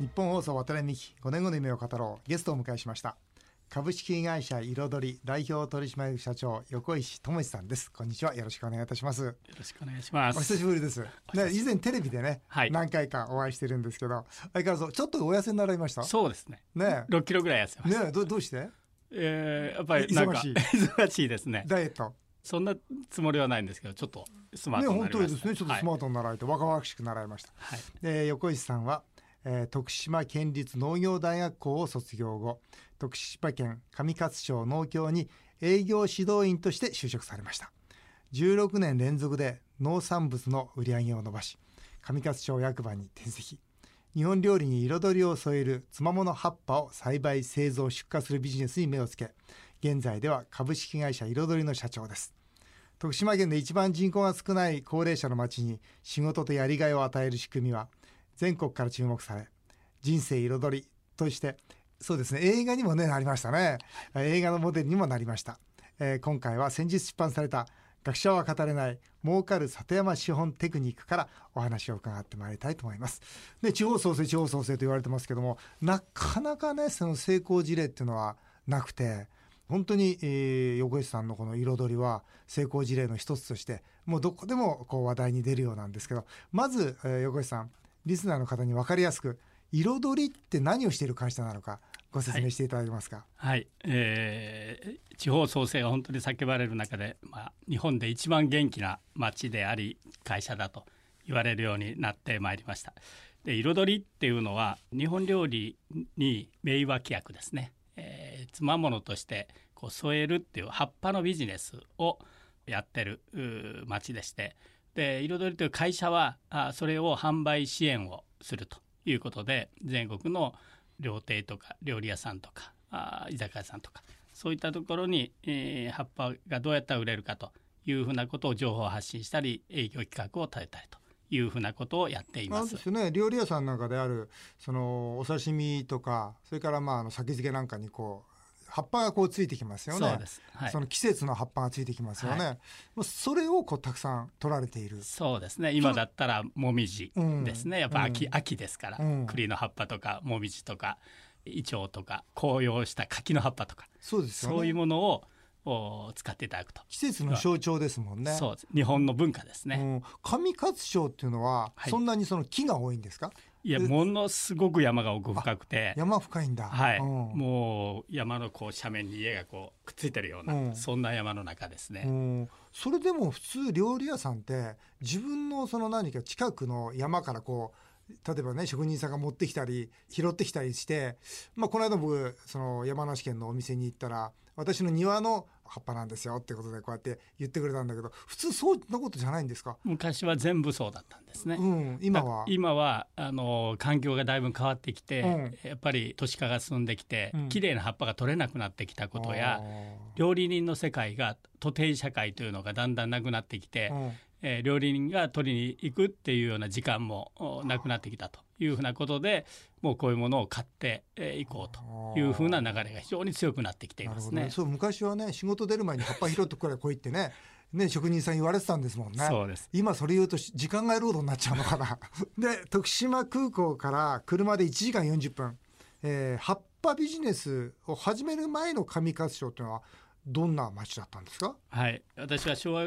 日本放送渡辺美希5年後の夢を語ろう。ゲストをお迎えしました。株式会社彩り代表取締役社長横石智さんです。こんにちは。よろしくお願いいたします。 よろしくお願いします。 お久しぶりです。以前テレビでね、何回かお会いしてるんですけど、相変わらずちょっとお痩せになられました？ そうですね。6キロぐらい痩せました。 どうして？ やっぱりなんか忙しいですね。 ダイエット。 そんなつもりはないんですけど、ちょっとスマートになりました。 本当ですね。ちょっとスマートになられて、若々しくなられました。横石さんは徳島県立農業大学校を卒業後、徳島県上勝町農協に営業指導員として就職されました。16年連続で農産物の売り上げを伸ばし、上勝町役場に転籍。日本料理に彩りを添えるつまもの葉っぱを栽培製造出荷するビジネスに目をつけ、現在では株式会社彩りの社長です。徳島県で一番人口が少ない高齢者の町に仕事とやりがいを与える仕組みは全国から注目され、人生彩りとしてそうですね、映画にもなりましたね。映画のモデルにもなりました。今回は先日出版された学者は語れない儲かる里山資本テクニックからお話を伺ってまいりたいと思います。で、地方創生と言われてますけども、なかなかね、その成功事例っていうのはなくて、本当に、横石さんのこの彩りは成功事例の一つとしてもうどこでもこう話題に出るようなんですけど、まず、横石さん、リスナーの方に分かりやすく彩りって何をしている会社なのかご説明していただけますか？ 地方創生が本当に叫ばれる中で、日本で一番元気な町であり会社だと言われるようになってまいりました。で、彩りっていうのは日本料理に名脇役ですね。つまものとしてこう添えるっていう葉っぱのビジネスをやってる町でして、で、彩りという会社はそれを販売支援をするということで、全国の料亭とか料理屋さんとか居酒屋さんとかそういったところに、葉っぱがどうやったら売れるかというふうなことを情報発信したり、営業企画を立てたりというふうなことをやっています。 ですね、料理屋さんなんかであるそのお刺身とか、それから先漬けなんかにこう葉っぱがこうついてきますよね。 そうです、 その季節の葉っぱがついてきますよね。それをこうたくさん取られている。 そうですね。今だったらもみじですね。やっぱ秋ですから、栗の葉っぱとかもみじとかイチョウとか紅葉した柿の葉っぱとか、 そうですよね、 そういうものを使っていただくと。 季節の象徴ですもんね。 そうです。日本の文化ですね。 上勝町っていうのは、そんなにその木が多いんですか？ いや、ものすごく山が奥深くて。 山深いんだ。 もう山のこう斜面に家がこうくっついてるような、そんな山の中ですね。 それでも普通料理屋さんって自分のその何か近くの山からこう、例えばね、職人さんが持ってきたり拾ってきたりして、この間僕その山梨県のお店に行ったら、私の庭の葉っぱなんですよってことでこうやって言ってくれたんだけど、普通そんなことじゃないんですか？ 昔は全部そうだったんですね。 今は環境がだいぶ変わってきて、やっぱり都市化が進んできて、綺麗な葉っぱが取れなくなってきたことや、料理人の世界が徒弟社会というのがだんだんなくなってきて、料理人が取りに行くっていうような時間もなくなってきたというふうなことで、もうこういうものを買っていこうというふうな流れが非常に強くなってきていますね。 そう、昔はね、仕事出る前に葉っぱ拾ってくれこいってね職人さん言われてたんですもんね。 そうです。 今それ言うと時間外労働になっちゃうのかなで、徳島空港から車で1時間40分、葉っぱビジネスを始める前の上勝町というのはどんな町だったんですか？ 私は昭和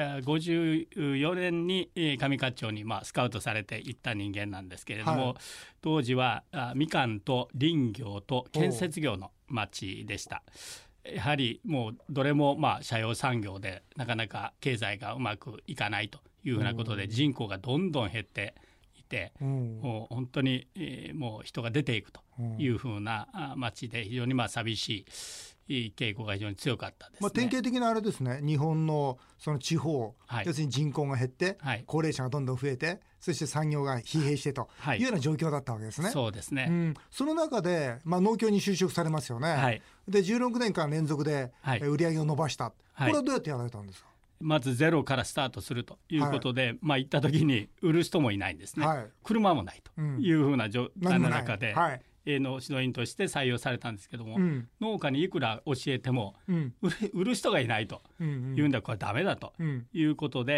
54年に上勝町にスカウトされて行った人間なんですけれども、当時はみかんと林業と建設業の町でした。やはりもうどれも社用産業でなかなか経済がうまくいかないというふうなことで、人口がどんどん減っていて、もう本当にもう人が出ていくというふうな町で、非常に寂しい傾向が非常に強かったですね。 典型的なあれですね、日本のその地方、要するに人口が減って、高齢者がどんどん増えて、そして産業が疲弊してというような状況だったわけですね。 そうですね。 その中で、農協に就職されますよね。で、16年間連続で売り上げを伸ばした、これはどうやってやられたんですか？ まずゼロからスタートするということで、行った時に売る人もいないんですね。車もないというふうな状態の中で、営農指導員として採用されたんですけども、農家にいくら教えても、売る人がいないというんではこれダメだということで、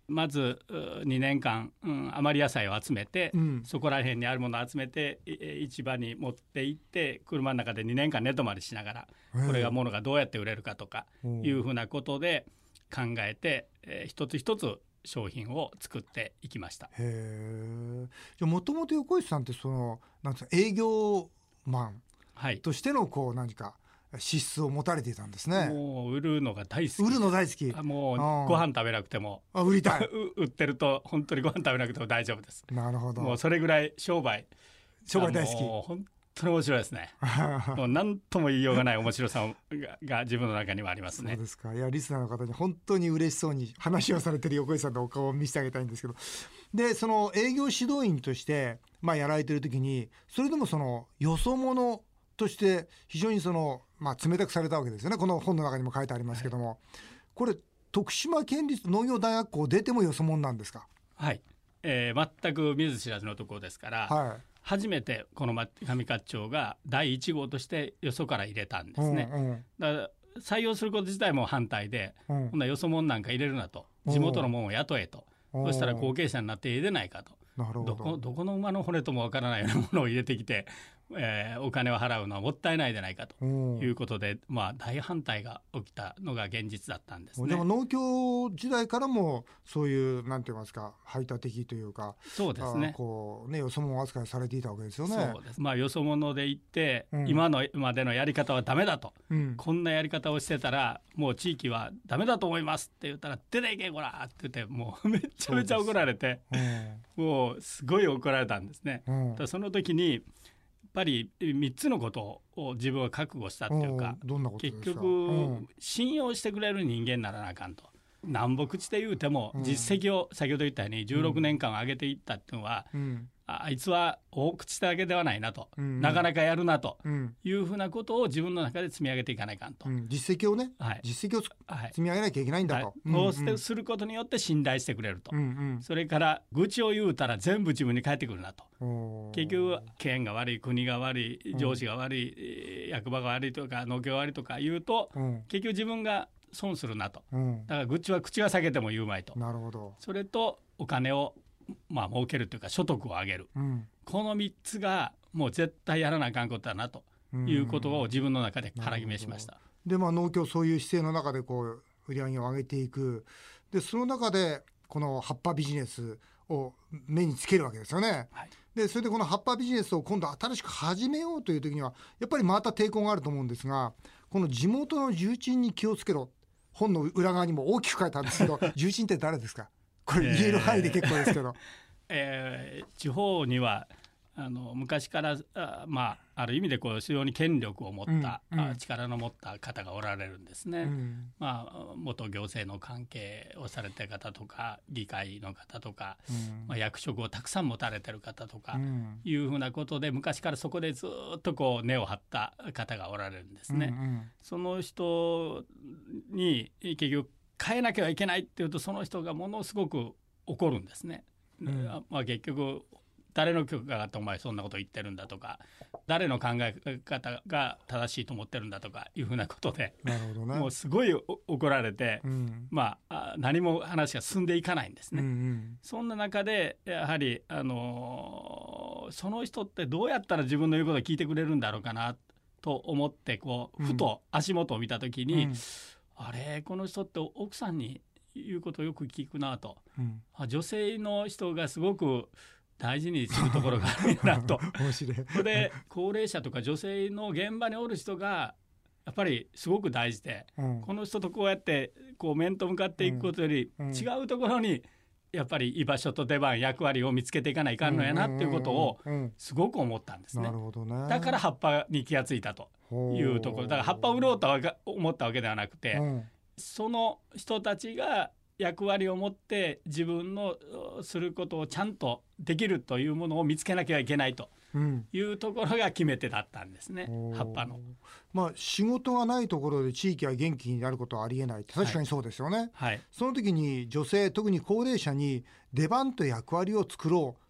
まず2年間、余り野菜を集めて、そこら辺にあるものを集めて市場に持って行って車の中で2年間寝泊まりしながら、これがものがどうやって売れるかとかいうふうなことで考えて、一つ一つ商品を作っていきました。 もともと横石さんってなんて営業マンとしての何か資質を持たれていたんですね。 もう売るのが大好き。 売るの大好き。 もうご飯食べなくても売りたい売ってると本当にご飯食べなくても大丈夫です。 なるほど。 もうそれぐらい商売大好き。 本当に面白いですね。もう何とも言いようがない面白さが自分の中にはありますね。 そうですか。いやリスナーの方に本当に嬉しそうに話をされてる横井さんのお顔を見せてあげたいんですけど、でその営業指導員として、やられてる時にそれでもよそ者として非常に冷たくされたわけですよね。この本の中にも書いてありますけども、これ徳島県立農業大学校出てもよそ者なんですか？ はい、全く見ず知らずのところですから、初めてこの上勝町が第1号としてよそから入れたんですね。だから採用すること自体も反対で、ほんなよそ者なんか入れるなと、地元の者を雇えと、そしたら後継者になって入れないかと、どこの馬の骨ともわからないようなものを入れてきて、お金を払うのはもったいないじゃないかということで、大反対が起きたのが現実だったんですね。 でも農協時代からもそういうなんて言いますか、排他的というか、 そうですね、 よそ者扱いされていたわけですよね。 そうです。よそ者で言って、今のまでのやり方はダメだと、こんなやり方をしてたらもう地域はダメだと思いますって言ったら、出ていけこらって言って、もうめちゃめちゃ怒られて、もうすごい怒られたんですね。その時にやっぱり3つのことを自分は覚悟したっていうか、 どんなことですか？ 結局、信用してくれる人間にならなあかんと。南北地で言うても実績を先ほど言ったように16年間上げていったっていうのは、あいつは大口だけではないなと、なかなかやるなというふうなことを自分の中で積み上げていかないかんと、 実績をね、実績を積み上げなきゃいけないんだと、 そうすることによって信頼してくれると、それから愚痴を言うたら全部自分に返ってくるなと、結局県が悪い、国が悪い、上司が悪い、役場が悪いとか農協が悪いとか言うと、結局自分が損するなと、だから愚痴は口が裂けても言うまいと。 なるほど。 それとお金を儲けるというか所得を上げる、この3つがもう絶対やらなあかんことだなということを自分の中で腹決めしました。 で農協そういう姿勢の中で売り上げを上げていく。でその中でこの葉っぱビジネスを目につけるわけですよね。でそれでこの葉っぱビジネスを今度新しく始めようという時にはやっぱりまた抵抗があると思うんですが、この地元の重鎮に気をつけろ、本の裏側にも大きく書いてあるんですけど重鎮って誰ですか？これ言える範囲で結構ですけど、 地方には昔からある意味で非常に権力を持った、力の持った方がおられるんですね。元行政の関係をされている方とか、議会の方とか、役職をたくさん持たれている方とかいうふうなことで、昔からそこでずっと根を張った方がおられるんですね。その人に結局変えなきゃいけないっていうと、その人がものすごく怒るんですね。結局誰の許可があってお前そんなこと言ってるんだとか、誰の考え方が正しいと思ってるんだとかいうふうなことで、もうすごい怒られて、何も話が進んでいかないんですね。そんな中でやはり、その人ってどうやったら自分の言うことを聞いてくれるんだろうかなと思ってふと足元を見た時に、あれこの人って奥さんに言うことをよく聞くなと、女性の人がすごく大事にするところがあるなとそれで高齢者とか女性の現場におる人がやっぱりすごく大事で、この人とこうやって面と向かっていくことより、違うところにやっぱり居場所と出番、役割を見つけていかないかんのやなっていうことをすごく思ったんですね。だから葉っぱに気がついたというところだから、葉っぱを売ろうと思ったわけではなくて、その人たちが役割を持って自分のすることをちゃんとできるというものを見つけなきゃいけないというところが決め手だったんですね。葉っぱの仕事がないところで地域が元気になることはありえないって確かにそうですよね。その時に女性、特に高齢者に出番と役割を作ろう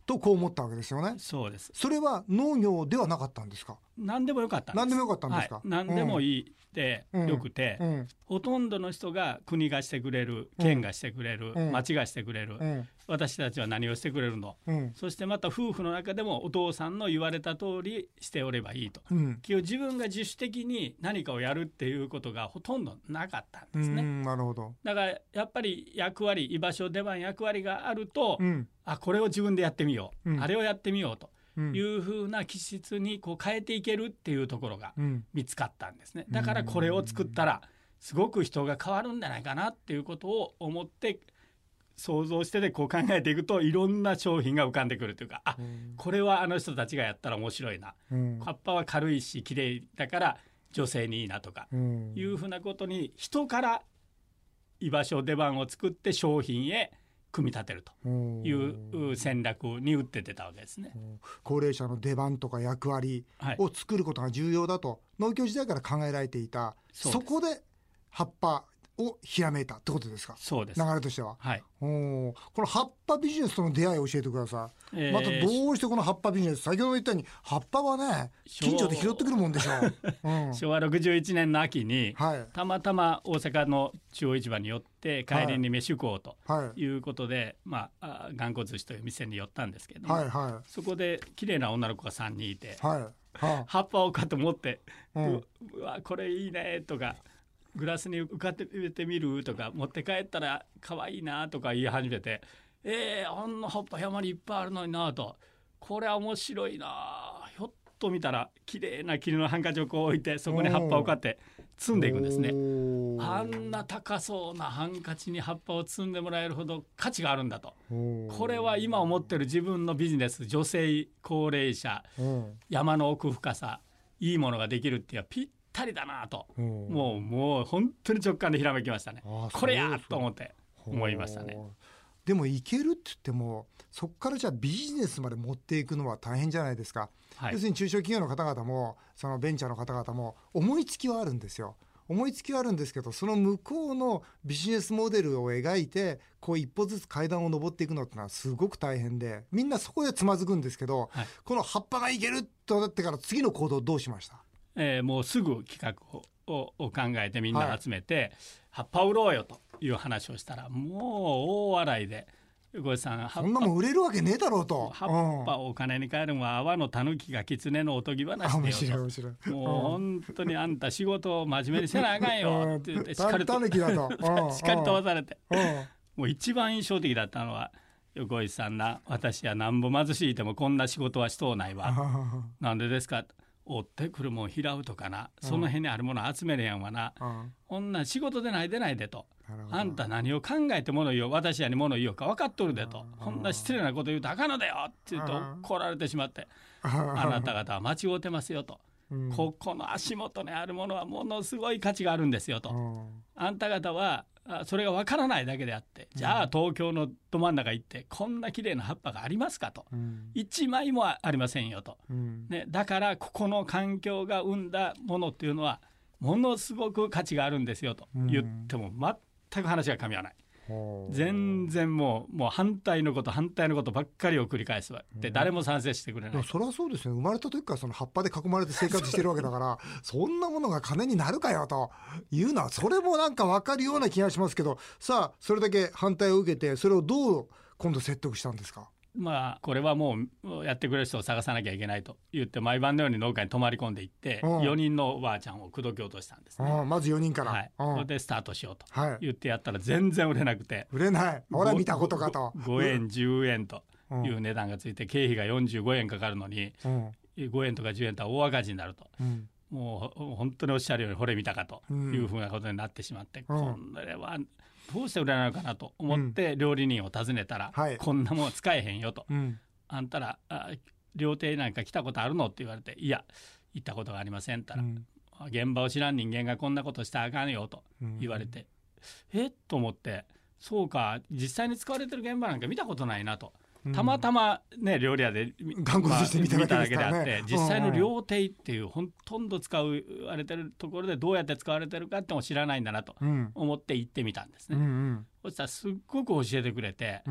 とこう思ったわけですよね。 そうです。 それは農業ではなかったんですか？ 何でもよかったんです。 何でもよかったんですか？ はい、何でもいいってよくて、ほとんどの人が国がしてくれる、県がしてくれる、町がしてくれる、私たちは何をしてくれるの、そしてまた夫婦の中でもお父さんの言われた通りしておればいいと、自分が自主的に何かをやるっていうことがほとんどなかったんですね。 なるほど。 だからやっぱり役割、居場所、出番、役割があると、これを自分でやってみよう、あれをやってみようというふうな気質にこう変えていけるっていうところが見つかったんですね。だからこれを作ったらすごく人が変わるんじゃないかなっていうことを思って想像してこう考えていくと、いろんな商品が浮かんでくるというか、これはあの人たちがやったら面白いな、葉っぱは軽いし綺麗だから女性にいいなとかいうふうなことに、人から居場所、出番を作って商品へ組み立てるという戦略に打って出たわけですね。 高齢者の出番とか役割を作ることが重要だと、農業時代から考えられていた。そこで葉っぱをひらめいたってことですか？ そうです。 流れとしては、 はい、 この葉っぱビジネスとの出会いを教えてください。またどうしてこの葉っぱビジネス、先ほど言ったように葉っぱはね近所で拾ってくるもんでしょう、 昭和61年の秋に、たまたま大阪の中央市場に寄って帰りに飯食おうということで、頑固寿司という店に寄ったんですけど、そこで綺麗な女の子が3人いて、葉っぱをこうやって持って、うわこれいいねとか、グラスに浮かべてみるとか、持って帰ったら可愛いなとか言い始めて、あんな葉っぱ山にいっぱいあるのになと、これは面白いな、ひょっと見たら綺麗な桐のハンカチをこう置いて、そこに葉っぱをこうやって積んでいくんですね。あんな高そうなハンカチに葉っぱを積んでもらえるほど価値があるんだと、これは今思ってる自分のビジネス、女性、高齢者、山の奥深さ、いいものができるっていうのはぴったりだなと、もう本当に直感でひらめきましたね。これやと思いましたね。 でもいけるって言っても、そこからじゃあビジネスまで持っていくのは大変じゃないですか。要するに中小企業の方々もそのベンチャーの方々も思いつきはあるんですよ。思いつきはあるんですけど、その向こうのビジネスモデルを描いてこう一歩ずつ階段を上っていくのってのはすごく大変で、みんなそこでつまずくんですけど、この葉っぱがいけるとなってから次の行動どうしました？ もうすぐ企画を考えてみんな集めて、葉っぱ売ろうよという話をしたら、もう大笑いで、横井さん、 そんなもん売れるわけねえだろうと、 葉っぱをお金に換えるのは阿波のタヌキが狐のおとぎ話でよと、もう本当にあんた仕事を真面目にせなあかんよって言って叱り飛ばされて、もう一番印象的だったのは、横井さんな、私はなんぼ貧しいてもこんな仕事はしとうないわなんでですか、追ってくるもん拾うとかな、その辺にあるもの集めるやんわな、こんな仕事でないでないでと、あんた何を考えて物言おう、私らに物言おうか分かっとるでと、こんな失礼なこと言うとあかんのだよって言うと怒られてしまって、あなた方は間違うてますよと、ここの足元にあるものはものすごい価値があるんですよと、あんた方はそれが分からないだけであって、じゃあ東京のど真ん中行ってこんな綺麗な葉っぱがありますかと、一枚もありませんよと、だからここの環境が生んだものっていうのはものすごく価値があるんですよと言っても全く話が噛み合わない、全然もう反対のことばっかりを繰り返すわで、誰も賛成してくれない。 それはそうですね。生まれた時からその葉っぱで囲まれて生活してるわけだからそんなものが金になるかよというのは、それもなんか分かるような気がしますけど、さあそれだけ反対を受けて、それをどう今度説得したんですか？ これはもうやってくれる人を探さなきゃいけないと言って、毎晩のように農家に泊まり込んでいって、4人のおばあちゃんを口説き落としたんですね。 まず4人から、 でスタートしようと言ってやったら全然売れなくて、 売れない、ほら見たことかと、 5円10円という値段がついて、経費が45円かかるのに、5円とか10円とは大赤字になると、もう本当におっしゃるようにほれ見たかというふうなことになってしまって、これはどうして売れないのかなと思って料理人を訪ねたら、こんなもん使えへんよと、あんたら料亭なんか来たことあるのって言われて、いや行ったことがありませんって言ったら、現場を知らん人間がこんなことしたらあかんよと言われて、と思って、そうか、実際に使われてる現場なんか見たことないなと、たまたまね料理屋で見ただけであって、実際の料亭っていうほとんど使われてるところでどうやって使われてるかっても知らないんだなと思って行ってみたんですね。そしたらすっごく教えてくれて、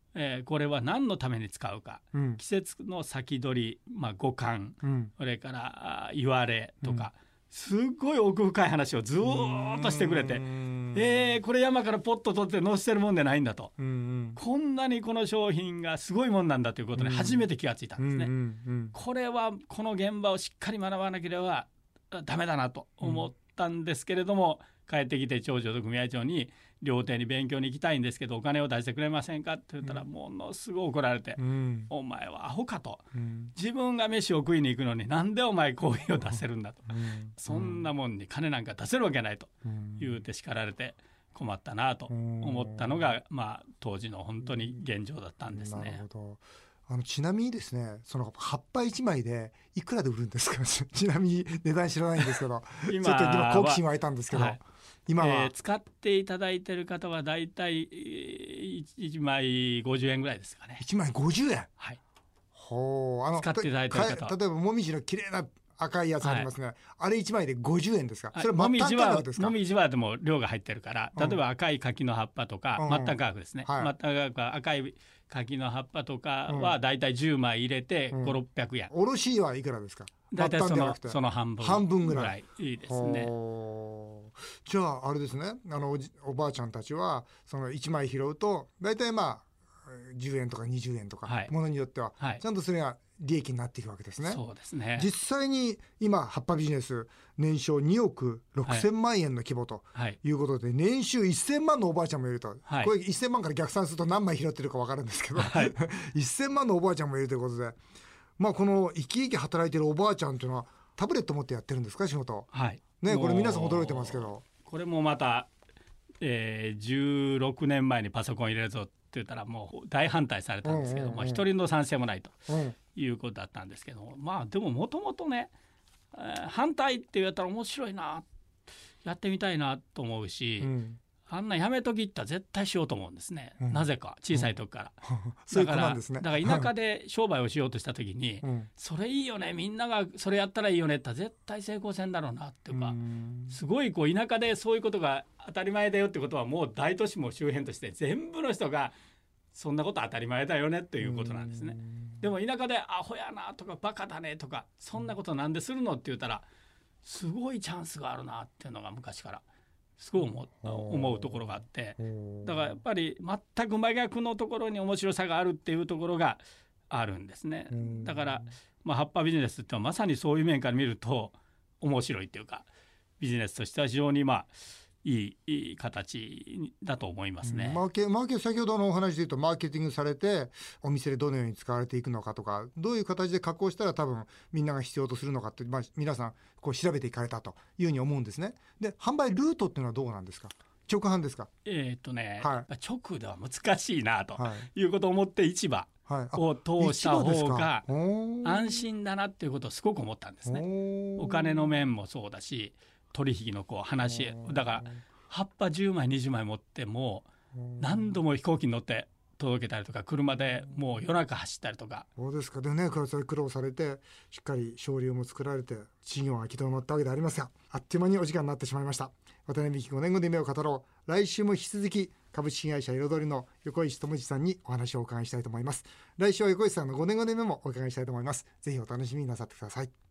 これは何のために使うか、季節の先取り、五感、それから言われとか、すっごい奥深い話をずっとしてくれて、これ山からポッと取って載せてるもんでないんだと、こんなにこの商品がすごいもんなんだということに初めて気がついたんですね。これはこの現場をしっかり学ばなければダメだなと思ったんですけれども、帰ってきて町長と組合長に料亭に勉強に行きたいんですけどお金を出してくれませんかって言ったら、ものすごい怒られて、お前はアホかと、自分が飯を食いに行くのになんでお前コーヒーを出せるんだと、そんなもんに金なんか出せるわけないと言うて叱られて困ったなと思ったのが、当時の本当に現状だったんですね。 なるほど。ちなみにですね、その葉っぱ1枚でいくらで売るんですか？ちなみに値段知らないんですけどちょっと今好奇心湧いたんですけど、今は、 使っていただいている方はだいたい1枚50円ぐらいですかね。 1枚50円。 はい。 ほう。 使っていただいている方は例えばもみじの綺麗な赤いやつありますね、あれ1枚で50円ですか？それもみじは末端価格ですか？ もみじはでも量が入ってるから、例えば赤い柿の葉っぱとか、末端価格ですね、末端価格は赤い柿の葉っぱとかはだいたい10枚入れて5、600円。 卸はいくらですか？ だいたいその半分ぐらいですね。 じゃああれですね、おばあちゃんたちはその1枚拾うとだいたい10円とか20円とか、ものによっては、ちゃんとそれが利益になっていくわけですね。 そうですね。 実際に今葉っぱビジネス年商2億6000万円の規模ということで、年収1000万のおばあちゃんもいると、これ1000万から逆算すると何枚拾ってるか分かるんですけど、1000万のおばあちゃんもいるということで、この生き生き働いてるおばあちゃんというのはタブレット持ってやってるんですか、仕事。ね、これ皆さん驚いてますけど、 これもまた、16年前にパソコン入れるぞって言ったらもう大反対されたんですけども、一人の賛成もないということだったんですけども、でももともとね、反対って言ったら面白いな、やってみたいなと思うし、あんなやめときったら絶対しようと思うんですね、なぜか小さい時から、 そういうことなんですね。 だから田舎で商売をしようとした時に、それいいよね、みんながそれやったらいいよねって絶対成功せんだろうなっていうか、すごい田舎でそういうことが当たり前だよってことは、もう大都市も周辺として全部の人がそんなこと当たり前だよねっていうことなんですね。でも田舎でアホやなとかバカだねとか、そんなことなんでするのって言ったら、すごいチャンスがあるなっていうのが昔からすごい思うところがあって、だからやっぱり全く真逆のところに面白さがあるっていうところがあるんですね。だから葉っぱビジネスってのはまさにそういう面から見ると面白いっていうか、ビジネスとしては非常にいい形だと思いますね。 先ほどのお話で言うと、マーケティングされてお店でどのように使われていくのかとか、どういう形で加工したら多分みんなが必要とするのかって、皆さん調べていかれたというふうに思うんですね。で、販売ルートっていうのはどうなんですか？直販ですか？ 直では難しいなということを思って、市場を通した方が安心だなっていうことをすごく思ったんですね。お金の面もそうだし、取引の話だから、葉っぱ10枚20枚持っても何度も飛行機に乗って届けたりとか、車でもう夜中走ったりとか。 そうですか。でね、それ苦労されてしっかり省流も作られて事業が軌道に乗ったわけでありますが、あっという間にお時間になってしまいました。渡辺美希5年後の夢を語ろう。来週も引き続き株式会社彩りの横石智二さんにお話をお伺いしたいと思います。来週は横石さんの5年後の夢もお伺いしたいと思います。ぜひお楽しみになさってください。